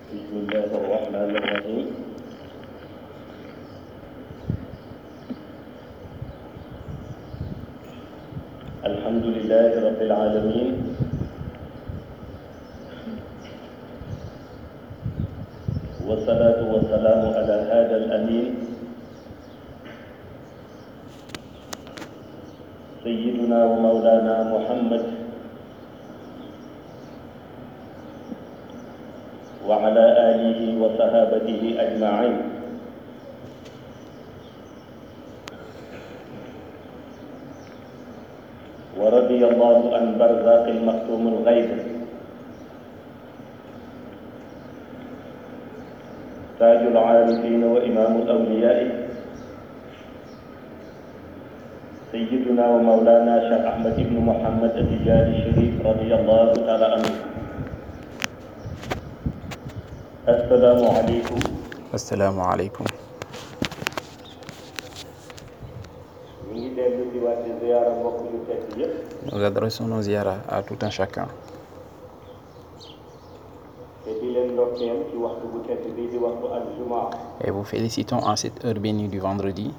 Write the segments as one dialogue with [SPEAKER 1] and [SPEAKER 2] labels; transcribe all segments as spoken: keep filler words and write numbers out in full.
[SPEAKER 1] بسم الله الرحمن الرحيم الحمد لله رب العالمين والصلاة والسلام على هذا الأمين سيدنا ومولانا محمد وعلى آله وصحابته أجمعين ورضي الله عن برزاق المختوم الغيب تاج العارفين وإمام الأولياء سيدنا ومولانا شيخ أحمد بن محمد التجاني الشريف رضي الله تعالى عنه. السلام عليكم.
[SPEAKER 2] السلام عليكم. Nous adressons nos ziyaras à tout un chacun. Et vous félicitons en cette heure bénie du vendredi.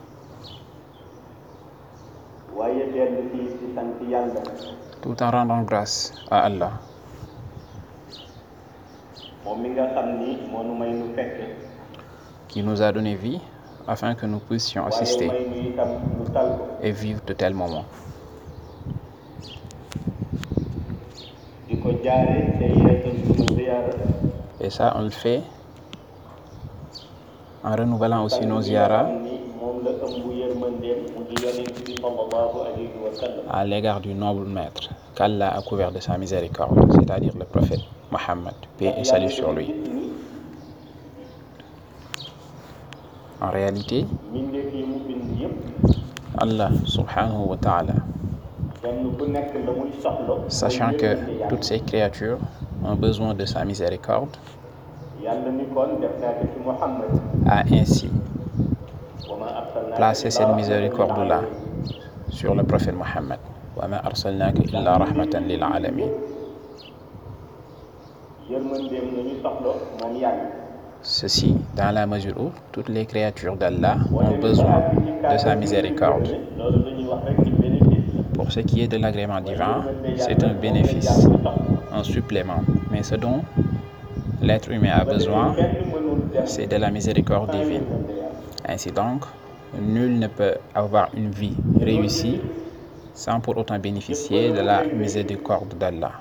[SPEAKER 2] Tout en rendant grâce à Allah. Qui nous a donné vie afin que nous puissions assister et vivre de tels moments. Et ça, on le fait en renouvelant aussi nos ziyaras à l'égard du noble maître qu'Allah a couvert de sa miséricorde, c'est-à-dire le prophète Mohammed, paix et salut sur lui. En réalité, Allah subhanahu wa ta'ala, sachant que toutes ces créatures ont besoin de sa miséricorde, a ainsi placé cette miséricorde-là sur le prophète Mohammed. Wa ma arsalnaka illa rahmatan lil alamin. Ceci dans la mesure où toutes les créatures d'Allah ont besoin de sa miséricorde. Pour ce qui est de l'agrément divin, c'est un bénéfice, un supplément. Mais ce dont l'être humain a besoin, c'est de la miséricorde divine. Ainsi donc, nul ne peut avoir une vie réussie sans pour autant bénéficier de la miséricorde d'Allah.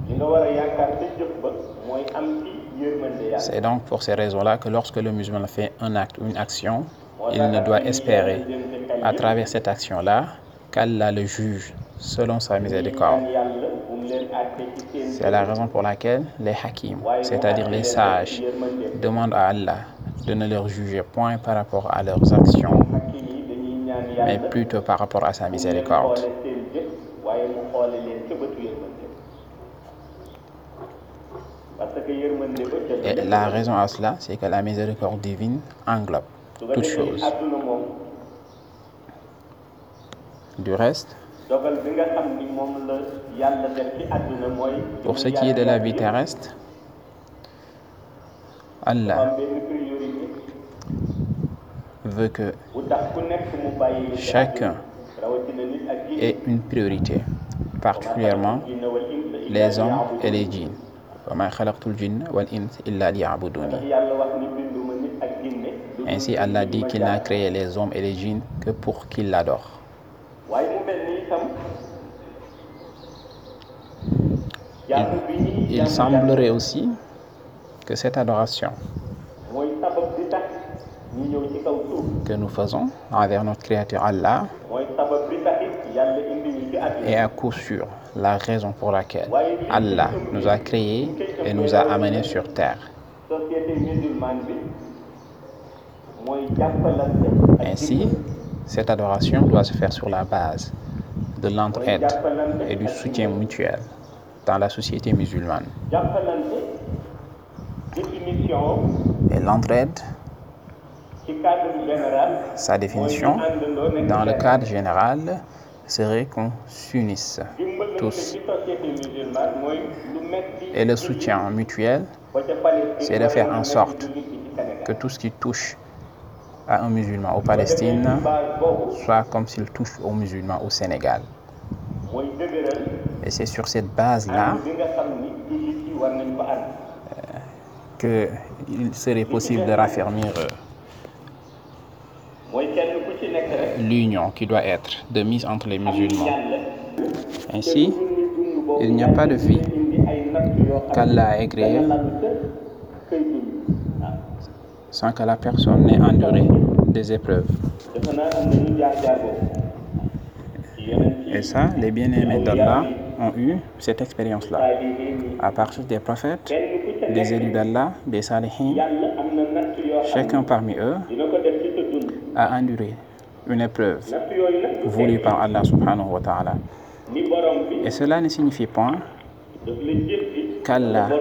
[SPEAKER 2] C'est donc pour ces raisons-là que lorsque le musulman fait un acte ou une action, il ne doit espérer à travers cette action-là qu'Allah le juge selon sa miséricorde. C'est la raison pour laquelle les hakim, c'est-à-dire les sages, demandent à Allah de ne leur juger point par rapport à leurs actions, mais plutôt par rapport à sa miséricorde. Et la raison à cela, c'est que la miséricorde divine englobe toutes choses. Du reste, pour ce qui est de la vie terrestre, Allah veut que chacun ait une priorité, particulièrement les hommes et les djinns. Ainsi, Allah dit qu'il n'a créé les hommes et les djinns que pour qu'ils l'adorent. Il, il semblerait aussi que cette adoration que nous faisons envers notre Créateur Allah est à coup sûr la raison pour laquelle Allah nous a créés et nous a amenés sur terre. Ainsi, cette adoration doit se faire sur la base de l'entraide et du soutien mutuel dans la société musulmane. Et l'entraide, sa définition, dans le cadre général, serait qu'on s'unisse tous. Et le soutien mutuel c'est de faire en sorte que tout ce qui touche à un musulman au Palestine soit comme s'il touche aux musulmans au Sénégal. Et c'est sur cette base-là euh, qu'il serait possible de raffermir euh, l'union qui doit être de mise entre les musulmans. Ainsi, il n'y a pas de vie qu'Allah ait créée sans que la personne n'ait enduré des épreuves. Et ça, les bien-aimés d'Allah ont eu cette expérience-là. À partir des prophètes, des élus d'Allah, des salihins, chacun parmi eux a enduré une épreuve voulue par Allah subhanahu wa ta'ala. Et cela ne signifie point qu'Allah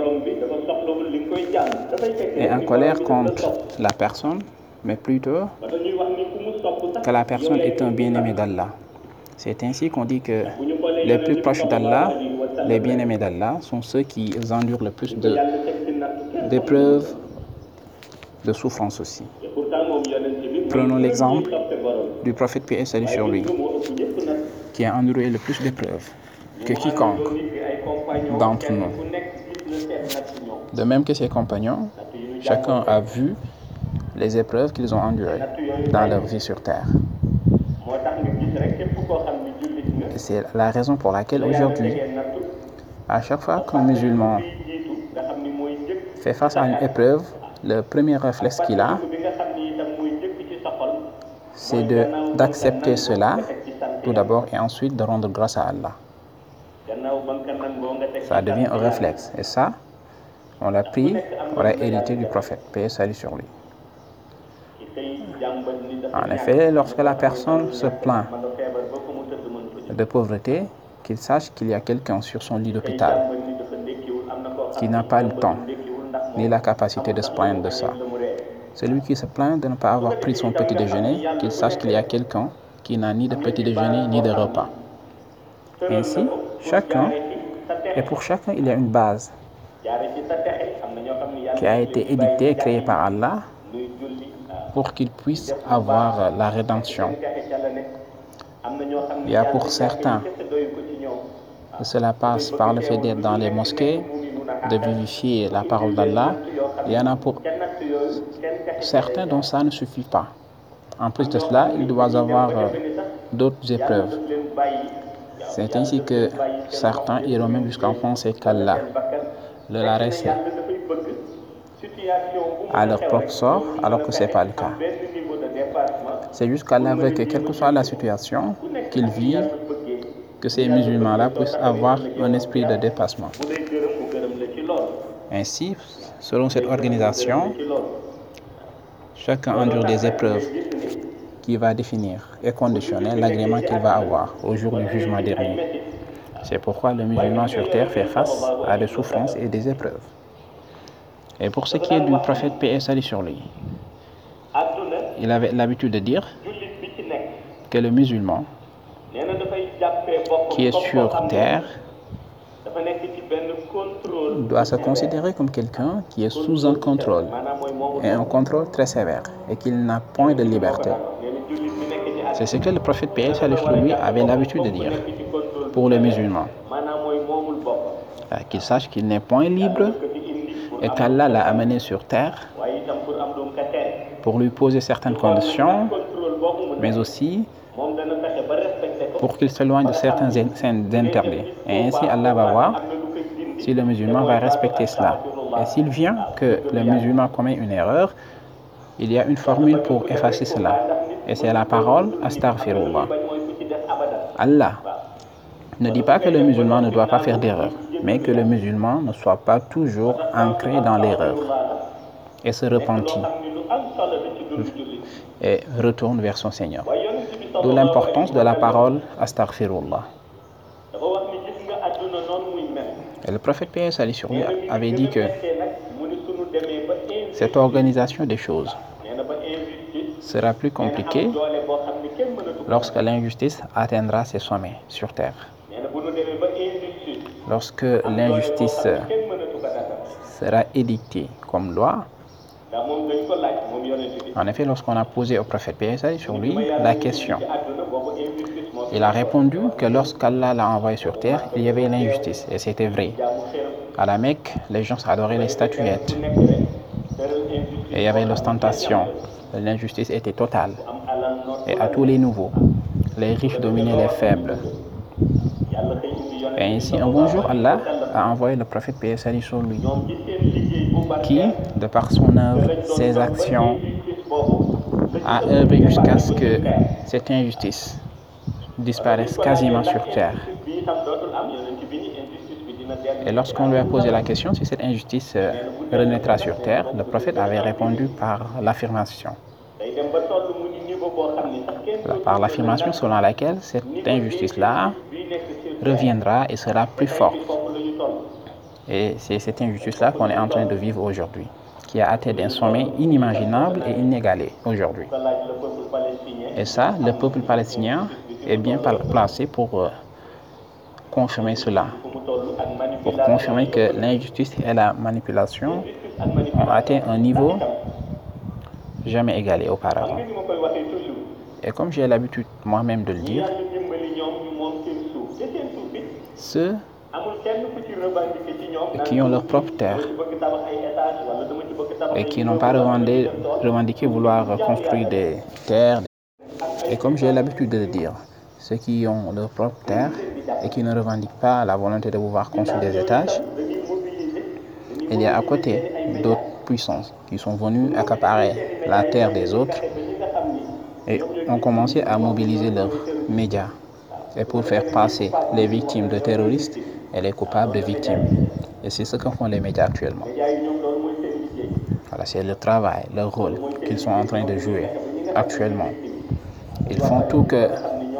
[SPEAKER 2] est en colère contre la personne, mais plutôt que la personne est un bien-aimé d'Allah. C'est ainsi qu'on dit que les plus proches d'Allah, les bien-aimés d'Allah, sont ceux qui endurent le plus de, d'épreuves, de souffrances aussi. Prenons l'exemple du prophète paix et salut sur lui, qui a enduré le plus d'épreuves que quiconque d'entre nous. De même que ses compagnons, chacun a vu les épreuves qu'ils ont endurées dans leur vie sur terre. Et c'est la raison pour laquelle aujourd'hui, à chaque fois qu'un musulman fait face à une épreuve, le premier réflexe qu'il a, c'est de, d'accepter cela tout d'abord et ensuite de rendre grâce à Allah. Ça devient un réflexe. Et ça, on l'a pris, on l'a hérité du prophète, paix et salut sur lui. En effet, lorsque la personne se plaint de pauvreté, qu'il sache qu'il y a quelqu'un sur son lit d'hôpital qui n'a pas le temps ni la capacité de se plaindre de ça. Celui qui se plaint de ne pas avoir pris son petit déjeuner, qu'il sache qu'il y a quelqu'un qui n'a ni de petit déjeuner ni de repas. Ainsi, chacun, et pour chacun, il y a une base qui a été édictée et créée par Allah pour qu'il puisse avoir la rédemption. Il y a pour certains, et cela passe par le fait d'être dans les mosquées, de vivifier la parole d'Allah. Il y en a pour certains dont ça ne suffit pas. En plus de cela, ils doivent avoir euh, d'autres épreuves. C'est ainsi que certains iront même jusqu'à penser qu'Allah leur a laissé à leur propre sort, alors que ce n'est pas le cas. C'est juste qu'Allah veut que, quelle que soit la situation qu'ils vivent, que ces musulmans-là puissent avoir un esprit de dépassement. Ainsi, selon cette organisation, chacun endure des épreuves qui va définir et conditionner l'agrément qu'il va avoir au jour du jugement dernier. C'est pourquoi le musulman sur terre fait face à des souffrances et des épreuves. Et pour ce qui est du prophète paix et salut sur lui, il avait l'habitude de dire que le musulman qui est sur terre doit se considérer comme quelqu'un qui est sous un contrôle, et un contrôle très sévère, et qu'il n'a point de liberté. C'est ce que le prophète paix et salut sur lui avait l'habitude de dire pour les musulmans. Qu'il sache qu'il n'est point libre et qu'Allah l'a amené sur terre pour lui poser certaines conditions, mais aussi pour qu'il s'éloigne de certains interdits. Et ainsi, Allah va voir si le musulman va respecter cela. Et s'il vient que le musulman commet une erreur, il y a une formule pour effacer cela. Et c'est la parole Astaghfirullah. Allah ne dit pas que le musulman ne doit pas faire d'erreur, mais que le musulman ne soit pas toujours ancré dans l'erreur et se repentit et retourne vers son Seigneur. D'où l'importance de la parole Astaghfirullah. Et le prophète paix et salut sur lui avait dit que cette organisation des choses sera plus compliquée lorsque l'injustice atteindra ses sommets sur terre. Lorsque l'injustice sera édictée comme loi. En effet, lorsqu'on a posé au prophète paix et salut sur lui la question, il a répondu que lorsqu'Allah l'a envoyé sur terre, il y avait l'injustice, et c'était vrai. À la Mecque, les gens adoraient les statuettes, et il y avait l'ostentation. L'injustice était totale, et à tous les niveaux. Les riches dominaient les faibles. Et ainsi, un bon jour, Allah a envoyé le prophète paix et salut sur lui, qui, de par son œuvre, ses actions, a œuvré jusqu'à ce que cette injustice disparaisse quasiment sur terre. Et lorsqu'on lui a posé la question si cette injustice renaîtra sur terre, le prophète avait répondu par l'affirmation. Par l'affirmation selon laquelle cette injustice-là reviendra et sera plus forte. Et c'est cette injustice-là qu'on est en train de vivre aujourd'hui, qui a atteint un sommet inimaginable et inégalé aujourd'hui. Et ça, le peuple palestinien est bien placé pour euh, confirmer cela, pour confirmer que l'injustice et la manipulation ont atteint un niveau jamais égalé auparavant. Et comme j'ai l'habitude moi-même de le dire, ceux qui ont leur propre terre et qui n'ont pas revendiqué, revendiqué vouloir construire des terres, et comme j'ai l'habitude de le dire, ceux qui ont leur propre terre et qui ne revendiquent pas la volonté de pouvoir construire des étages, il y a à côté d'autres puissances qui sont venues accaparer la terre des autres et ont commencé à mobiliser leurs médias et pour faire passer les victimes de terroristes et les coupables de victimes. Et c'est ce que font les médias actuellement. Voilà, c'est le travail, le rôle qu'ils sont en train de jouer actuellement. Ils font tout que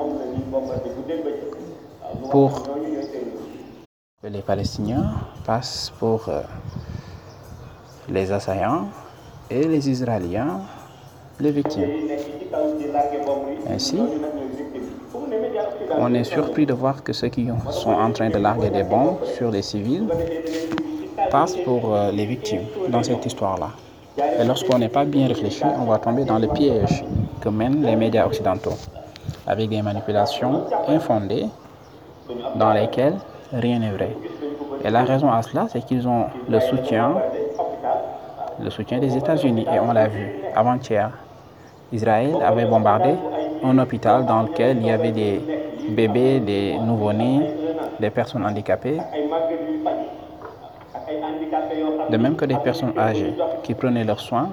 [SPEAKER 2] pour que les Palestiniens passent pour euh, les assaillants et les Israéliens les victimes. Ainsi, on est surpris de voir que ceux qui sont en train de larguer des bombes sur les civils passent pour euh, les victimes dans cette histoire-là. Et lorsqu'on n'est pas bien réfléchi, on va tomber dans le piège que mènent les médias occidentaux, avec des manipulations infondées dans lesquelles rien n'est vrai. Et la raison à cela, c'est qu'ils ont le soutien, le soutien des États-Unis. Et on l'a vu avant-hier. Israël avait bombardé un hôpital dans lequel il y avait des bébés, des nouveau-nés, des personnes handicapées, de même que des personnes âgées qui prenaient leurs soins.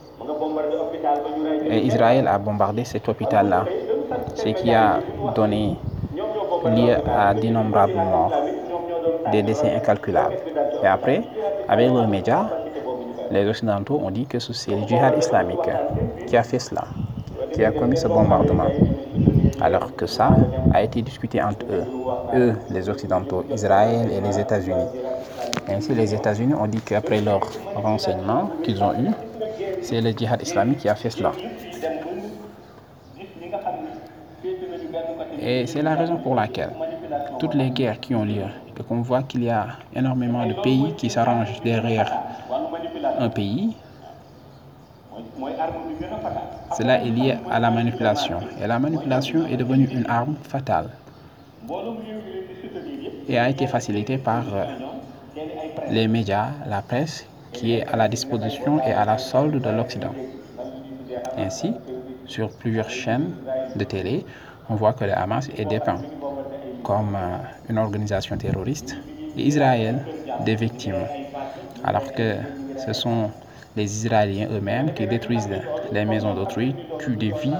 [SPEAKER 2] Et Israël a bombardé cet hôpital-là, ce qui a donné lieu à d'innombrables morts, des décès incalculables. Et après, avec les médias, les Occidentaux ont dit que c'est le djihad islamique qui a fait cela, qui a commis ce bombardement. Alors que ça a été discuté entre eux, eux, les Occidentaux, Israël et les États-Unis. Ainsi, les États-Unis ont dit qu'après leurs renseignements qu'ils ont eus, c'est le djihad islamique qui a fait cela. Et c'est la raison pour laquelle toutes les guerres qui ont lieu, et qu'on voit qu'il y a énormément de pays qui s'arrangent derrière un pays, cela est lié à la manipulation. Et la manipulation est devenue une arme fatale et a été facilitée par les médias, la presse, qui est à la disposition et à la solde de l'Occident. Ainsi, sur plusieurs chaînes de télé, on voit que le Hamas est dépeint comme une organisation terroriste et Israël des victimes, alors que ce sont les Israéliens eux-mêmes qui détruisent les maisons d'autrui, tuent des vies.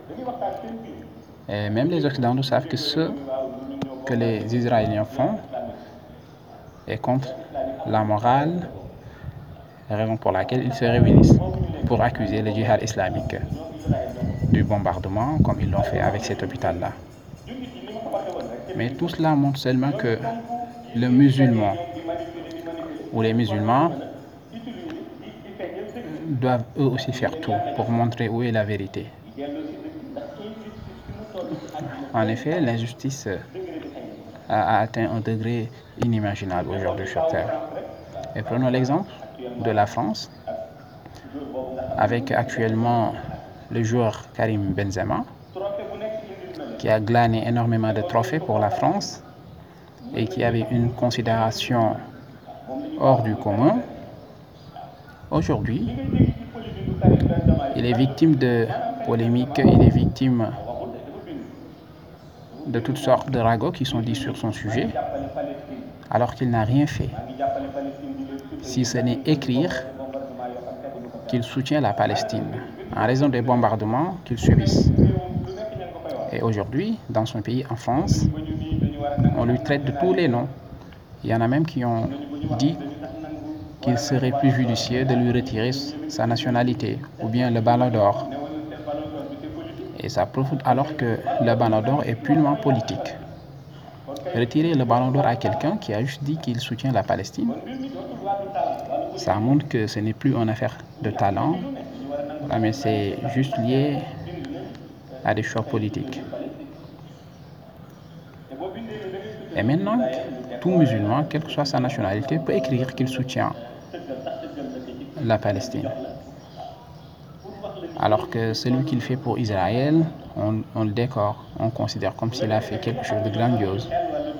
[SPEAKER 2] Et même les Occidentaux savent que ce que les Israéliens font est contre la morale, la raison pour laquelle ils se réunissent pour accuser le djihad islamique du bombardement, comme ils l'ont fait avec cet hôpital-là. Mais tout cela montre seulement que le musulman ou les musulmans doivent eux aussi faire tout pour montrer où est la vérité. En effet, l'injustice a atteint un degré inimaginable aujourd'hui sur Terre. Et prenons l'exemple de la France, avec actuellement le joueur Karim Benzema, qui a glané énormément de trophées pour la France et qui avait une considération hors du commun. Aujourd'hui, il est victime de polémiques, il est victime de toutes sortes de ragots qui sont dits sur son sujet, alors qu'il n'a rien fait, si ce n'est écrire qu'il soutient la Palestine en raison des bombardements qu'ils subissent. Et aujourd'hui, dans son pays, en France, on lui traite de tous les noms. Il y en a même qui ont dit qu'il serait plus judicieux de lui retirer sa nationalité ou bien le ballon d'or. Et ça prouve alors que le ballon d'or est purement politique. Retirer le ballon d'or à quelqu'un qui a juste dit qu'il soutient la Palestine, ça montre que ce n'est plus une affaire de talent, mais c'est juste lié à des choix politiques. Et maintenant, tout musulman, quelle que soit sa nationalité, peut écrire qu'il soutient la Palestine. Alors que celui qui le fait pour Israël, on, on le décore, on considère comme s'il a fait quelque chose de grandiose.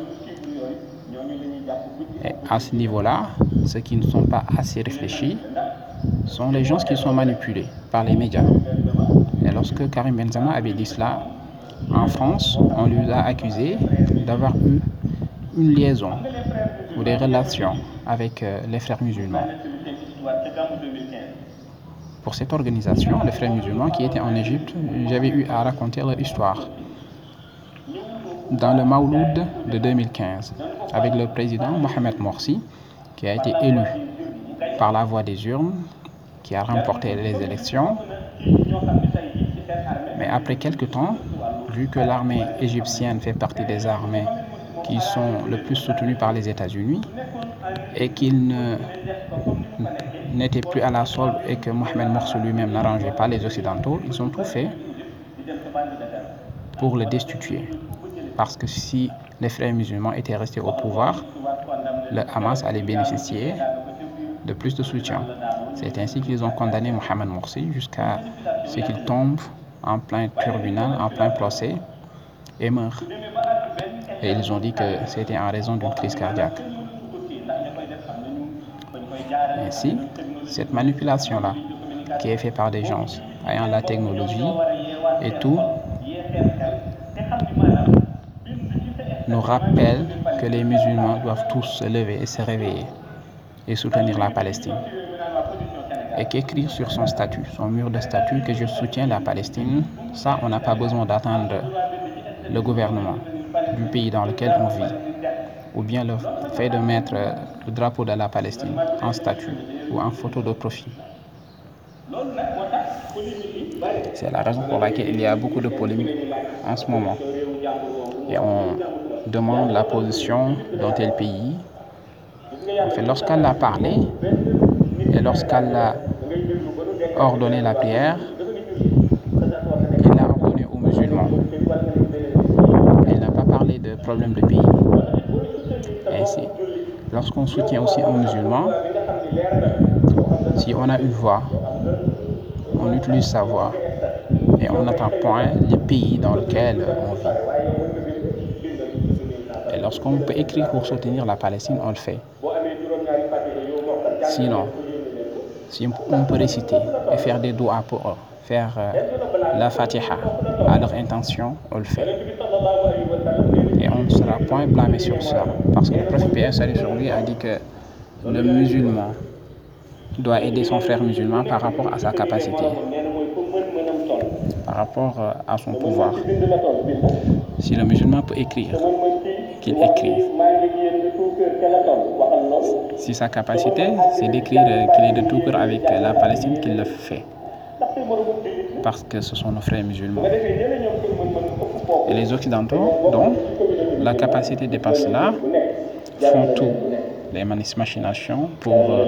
[SPEAKER 2] Et à ce niveau-là, ceux qui ne sont pas assez réfléchis sont les gens qui sont manipulés par les médias. Et lorsque Karim Benzema avait dit cela, en France, on lui a accusé d'avoir eu une liaison ou des relations avec euh, les frères musulmans. Pour cette organisation, les frères musulmans qui étaient en Égypte, j'avais eu à raconter leur histoire. Dans le Mawloud de deux mille quinze, avec le président Mohamed Morsi, qui a été élu par la voie des urnes, qui a remporté les élections. Mais après quelques temps, vu que l'armée égyptienne fait partie des armées qui sont le plus soutenues par les États-Unis et qu'il ne, n'était plus à la solde et que Mohamed Morsi lui-même n'arrangeait pas les Occidentaux, ils ont tout fait pour le destituer. Parce que si les frères musulmans étaient restés au pouvoir, le Hamas allait bénéficier de plus de soutien. C'est ainsi qu'ils ont condamné Mohamed Morsi jusqu'à ce qu'il tombe en plein tribunal, en plein procès et meurt. Et ils ont dit que c'était en raison d'une crise cardiaque. Ainsi, cette manipulation-là, qui est faite par des gens ayant la technologie et tout, nous rappelle que les musulmans doivent tous se lever et se réveiller et soutenir la Palestine. Et qu'écrire sur son statut, son mur de statut, que je soutiens la Palestine, ça, on n'a pas besoin d'attendre le gouvernement du pays dans lequel on vit, ou bien le fait de mettre le drapeau de la Palestine en statut ou en photo de profil. C'est la raison pour laquelle il y a beaucoup de polémiques en ce moment. Et on demande la position d'un tel pays. En fait, lorsqu'elle a parlé et lorsqu'elle a ordonné la prière, il l'a ordonné aux musulmans. Elle n'a pas parlé de problème de pays. Ainsi, lorsqu'on soutient aussi un musulman, si on a une voix, on utilise sa voix et on n'attend point le pays dans lequel on vit. Et lorsqu'on peut écrire pour soutenir la Palestine, on le fait. Sinon, si on peut réciter et faire des doigts pour eux, faire euh, la Fatiha à leur intention, on le fait. Et on ne sera point blâmé sur ça. Parce que le prophète P S sur lui a dit que le musulman doit aider son frère musulman par rapport à sa capacité, par rapport euh, à son pouvoir. Si le musulman peut écrire, qu'il écrive. Si sa capacité, c'est d'écrire qu'il est de tout cœur avec la Palestine, qu'il le fait. Parce que ce sont nos frères musulmans. Et les Occidentaux, dont la capacité dépasse là, font tout, les machinations pour euh,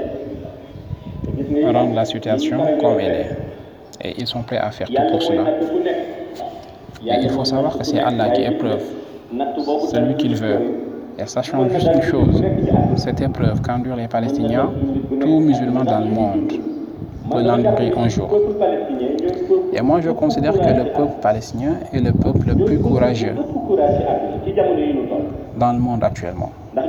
[SPEAKER 2] rendre la situation comme elle est. Et ils sont prêts à faire tout pour cela. Et il faut savoir que c'est Allah qui éprouve celui qu'il veut Et sachant juste une chose, cette épreuve qu'endurent les Palestiniens, tout musulman dans le monde peut l'endurer un jour. Et moi, je considère que le peuple palestinien est le peuple le plus courageux dans le monde actuellement.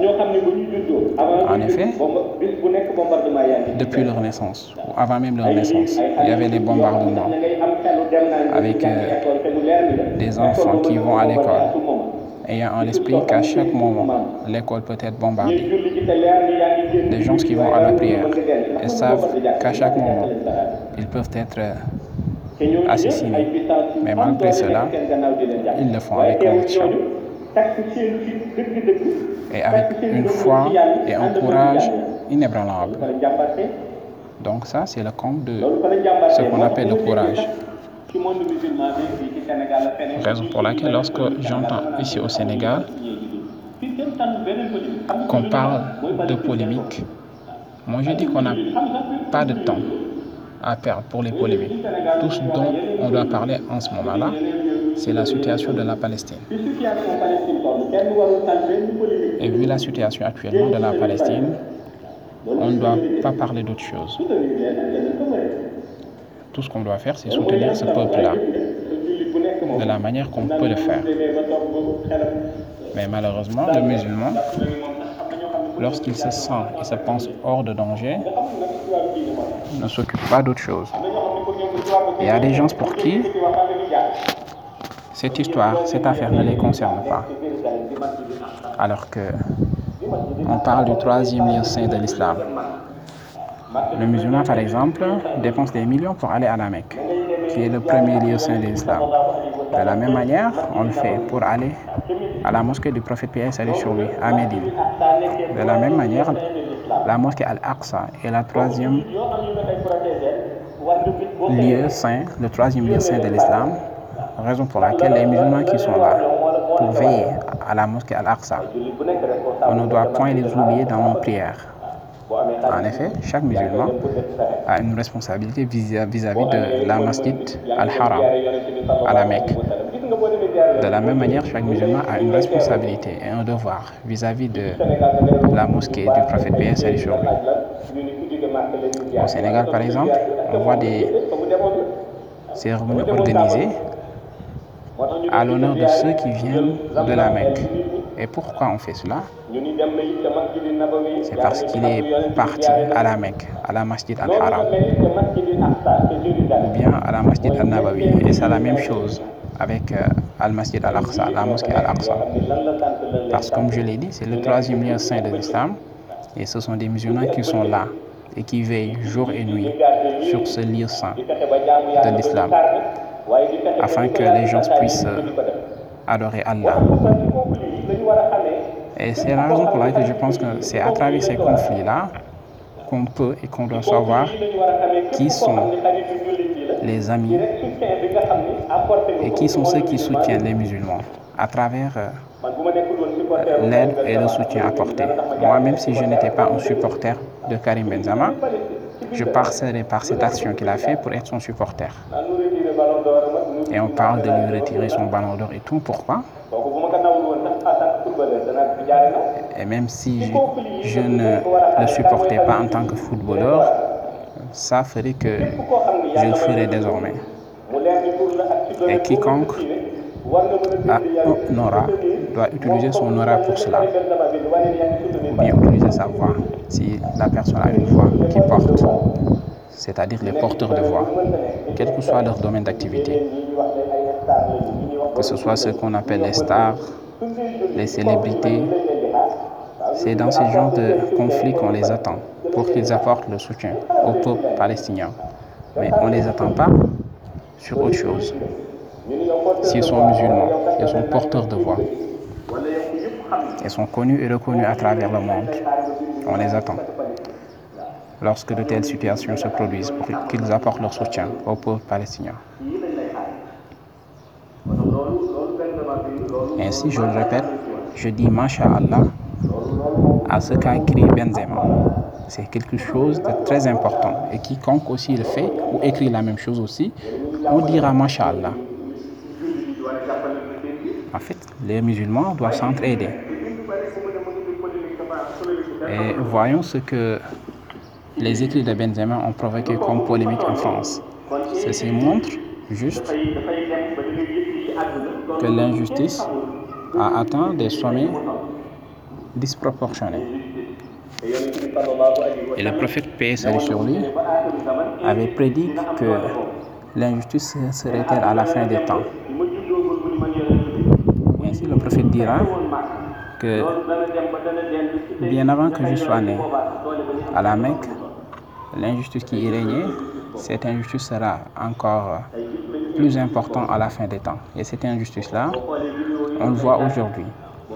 [SPEAKER 2] En effet, depuis leur naissance, ou avant même leur naissance, il y avait les bombardements avec euh, des enfants qui vont à l'école, ayant à l'esprit qu'à chaque moment, l'école peut être bombardée. Des gens qui vont à la prière et savent qu'à chaque moment, ils peuvent être assassinés. Mais malgré cela, ils le font avec conviction et avec une foi et un courage inébranlable. Donc ça, c'est le compte de ce qu'on appelle le courage. Raison pour laquelle lorsque j'entends ici au Sénégal qu'on parle de polémique, moi je dis qu'on n'a pas de temps à perdre pour les polémiques. Tout ce dont on doit parler en ce moment-là, c'est la situation de la Palestine. Et vu la situation actuellement de la Palestine, on ne doit pas parler d'autre chose. Tout ce qu'on doit faire, c'est soutenir ce peuple-là de la manière qu'on peut le faire. Mais malheureusement, le musulman, lorsqu'il se sent et se pense hors de danger, ne s'occupe pas d'autre chose. Il y a des gens pour qui cette histoire, cette affaire ne les concerne pas. Alors que on parle du troisième lieu saint de l'islam. Le musulman, par exemple, dépense des millions pour aller à la Mecque, qui est le premier lieu saint de l'islam. De la même manière, on le fait pour aller à la mosquée du prophète paix et salut sur lui, à Médine. De la même manière, la mosquée Al-Aqsa est la troisième lieu saint, le troisième lieu saint de l'islam, raison pour laquelle les musulmans qui sont là pour veiller à la mosquée Al-Aqsa, on ne doit point les oublier dans nos prières. En effet, chaque musulman a une responsabilité vis-à-vis de la masjid Al-Haram à la Mecque. De la même manière, chaque musulman a une responsabilité et un devoir vis-à-vis de la mosquée du prophète paix et salut sur lui. Au Sénégal, par exemple, on voit des cérémonies organisées à l'honneur de ceux qui viennent de la Mecque. Et pourquoi on fait cela? C'est parce qu'il est parti à la Mecque, à la Masjid Al-Haram, ou bien à la Masjid Al-Nabawi. Et c'est la même chose avec euh, Al-Masjid Al-Aqsa, la mosquée Al-Aqsa. Parce que comme je l'ai dit, c'est le troisième lieu saint de l'islam. Et ce sont des musulmans qui sont là et qui veillent jour et nuit sur ce lieu saint de l'islam, afin que les gens puissent euh, adorer Allah. Et c'est la raison pour laquelle je pense que c'est à travers ces conflits-là qu'on peut et qu'on doit savoir qui sont les amis et qui sont ceux qui soutiennent les musulmans à travers euh, l'aide et le soutien apporté. Moi, même si je n'étais pas un supporter de Karim Benzema, je passerai par cette action qu'il a fait pour être son supporter. Et on parle de lui retirer son ballon d'or et tout. Pourquoi? Et même si je, je ne le supportais pas en tant que footballeur, ça ferait que je le ferai désormais. Et quiconque a un aura doit utiliser son aura pour cela, ou bien utiliser sa voix, si la personne a une voix qui porte, c'est-à-dire les porteurs de voix, quel que soit leur domaine d'activité, que ce soit ce qu'on appelle les stars, les célébrités. C'est dans ce genre de conflits qu'on les attend pour qu'ils apportent le soutien au peuple palestinien. Mais on ne les attend pas sur autre chose. S'ils sont musulmans, ils sont porteurs de voix. Ils sont connus et reconnus à travers le monde. On les attend. Lorsque de telles situations se produisent, pour qu'ils apportent leur soutien au peuple palestinien. Ainsi, je le répète, je dis Masha'Allah à ce qu'a écrit Benzema. C'est quelque chose de très important. Et quiconque aussi le fait, ou écrit la même chose aussi, on dira Masha'Allah. En fait, les musulmans doivent s'entraider. Et voyons ce que les écrits de Benzema ont provoqué comme polémique en France. Ceci montre juste que l'injustice a atteint des sommets disproportionnés. Et le prophète, paix et salut sur lui, avait prédit que l'injustice serait-elle à la fin des temps. Et ainsi le prophète dira que bien avant que je sois né à la Mecque, l'injustice qui y régnait, cette injustice sera encore plus importante à la fin des temps. Et cette injustice-là, on le voit aujourd'hui.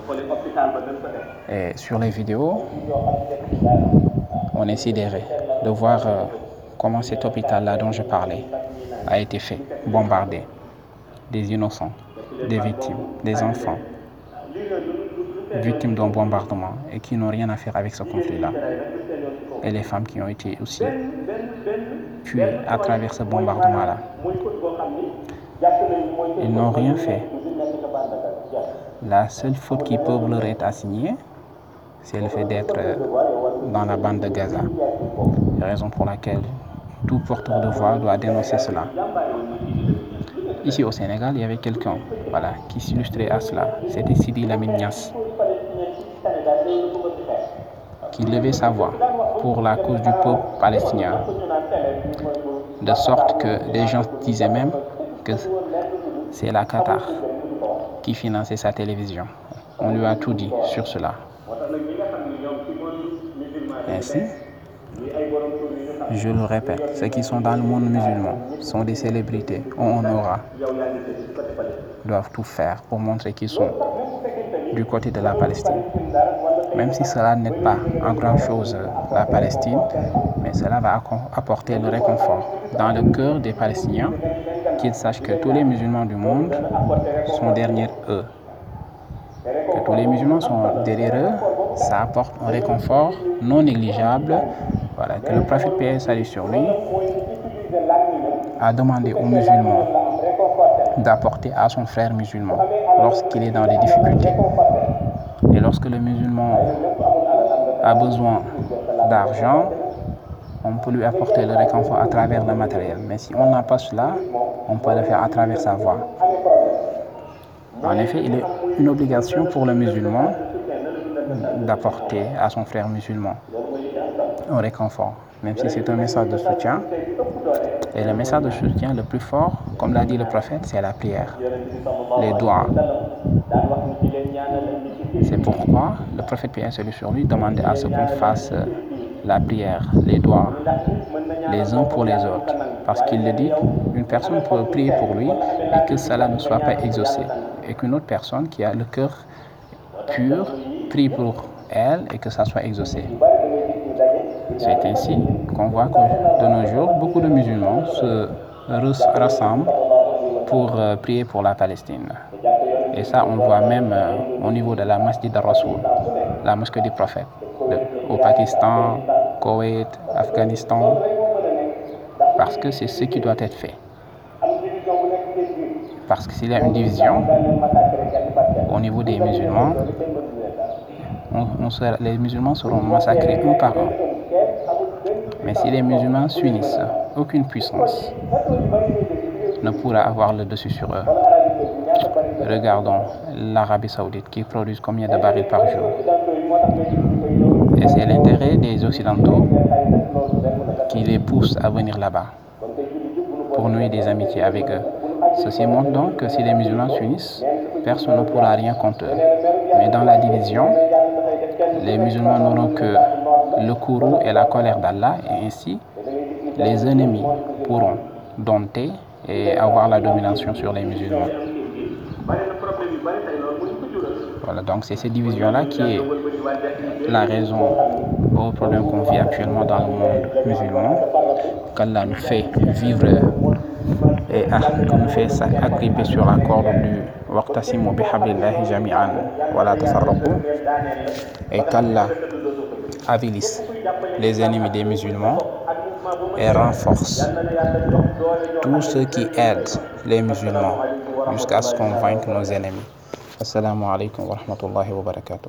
[SPEAKER 2] Et sur les vidéos, on est sidéré de voir euh, comment cet hôpital-là dont je parlais a été fait, bombardé. Des innocents, des victimes, des enfants, victimes d'un bombardement et qui n'ont rien à faire avec ce conflit-là. Et les femmes qui ont été aussi tuées à travers ce bombardement-là. Ils n'ont rien fait. La seule faute qui peut leur être assignée, c'est le fait d'être dans la bande de Gaza. Raison pour laquelle tout porteur de voix doit dénoncer cela. Ici au Sénégal, il y avait quelqu'un voilà, qui s'illustrait à cela. C'était Sidi Lamine Niasse, qui levait sa voix pour la cause du peuple palestinien. De sorte que des gens disaient même que c'est la Qatar qui finançait sa télévision. On lui a tout dit sur cela. Ainsi, je le répète, ceux qui sont dans le monde musulman sont des célébrités, ont un aura, doivent tout faire pour montrer qu'ils sont du côté de la Palestine. Même si cela n'aide pas en grand-chose la Palestine, mais cela va apporter le réconfort dans le cœur des Palestiniens, qu'ils sachent que tous les musulmans du monde sont derrière eux. Que tous les musulmans sont derrière eux, ça apporte un réconfort non négligeable. Voilà, que le prophète, paix et salut sur lui, a demandé aux musulmans d'apporter à son frère musulman lorsqu'il est dans des difficultés. Et lorsque le musulman a besoin d'argent, on peut lui apporter le réconfort à travers le matériel. Mais si on n'a pas cela, on peut le faire à travers sa voix. En effet, il est une obligation pour le musulman d'apporter à son frère musulman un réconfort, même si c'est un message de soutien. Et le message de soutien le plus fort, comme l'a dit le prophète, c'est la prière, les doigts. C'est pourquoi le prophète, paix et salut sur lui, demandait à ce qu'on fasse la prière, les doigts, les uns pour les autres. Parce qu'il le dit, une personne peut prier pour lui et que cela ne soit pas exaucé. Et qu'une autre personne qui a le cœur pur prie pour elle et que ça soit exaucé. C'est ainsi qu'on voit que de nos jours, beaucoup de musulmans se rassemblent pour euh, prier pour la Palestine. Et ça, on le voit même euh, au niveau de la Masjid al-Rasoul, la mosquée du prophète, de, au Pakistan, Koweït, Afghanistan, parce que c'est ce qui doit être fait. Parce que s'il y a une division au niveau des musulmans, on, on sera, les musulmans seront massacrés un par un. Mais si les musulmans s'unissent, aucune puissance ne pourra avoir le dessus sur eux. Regardons l'Arabie Saoudite qui produit combien de barils par jour. Et c'est l'intérêt des Occidentaux qui les pousse à venir là-bas pour nouer des amitiés avec eux. Ceci montre donc que si les musulmans s'unissent, personne ne pourra rien contre eux. Mais dans la division, les musulmans n'auront que le courroux et la colère d'Allah, et ainsi les ennemis pourront dompter et avoir la domination sur les musulmans. Voilà, donc c'est cette division-là qui est la raison au problème qu'on vit actuellement dans le monde musulman, qu'Allah nous fait vivre et nous fait s'agripper sur la corde du waqtasimu bihablillahi jami'an wa la tafarraqu, et qu'Allah avilisse les ennemis des musulmans et renforce tous ceux qui aident les musulmans jusqu'à ce qu'on vainque nos ennemis. Assalamu alaikum wa rahmatullahi wa barakatuh.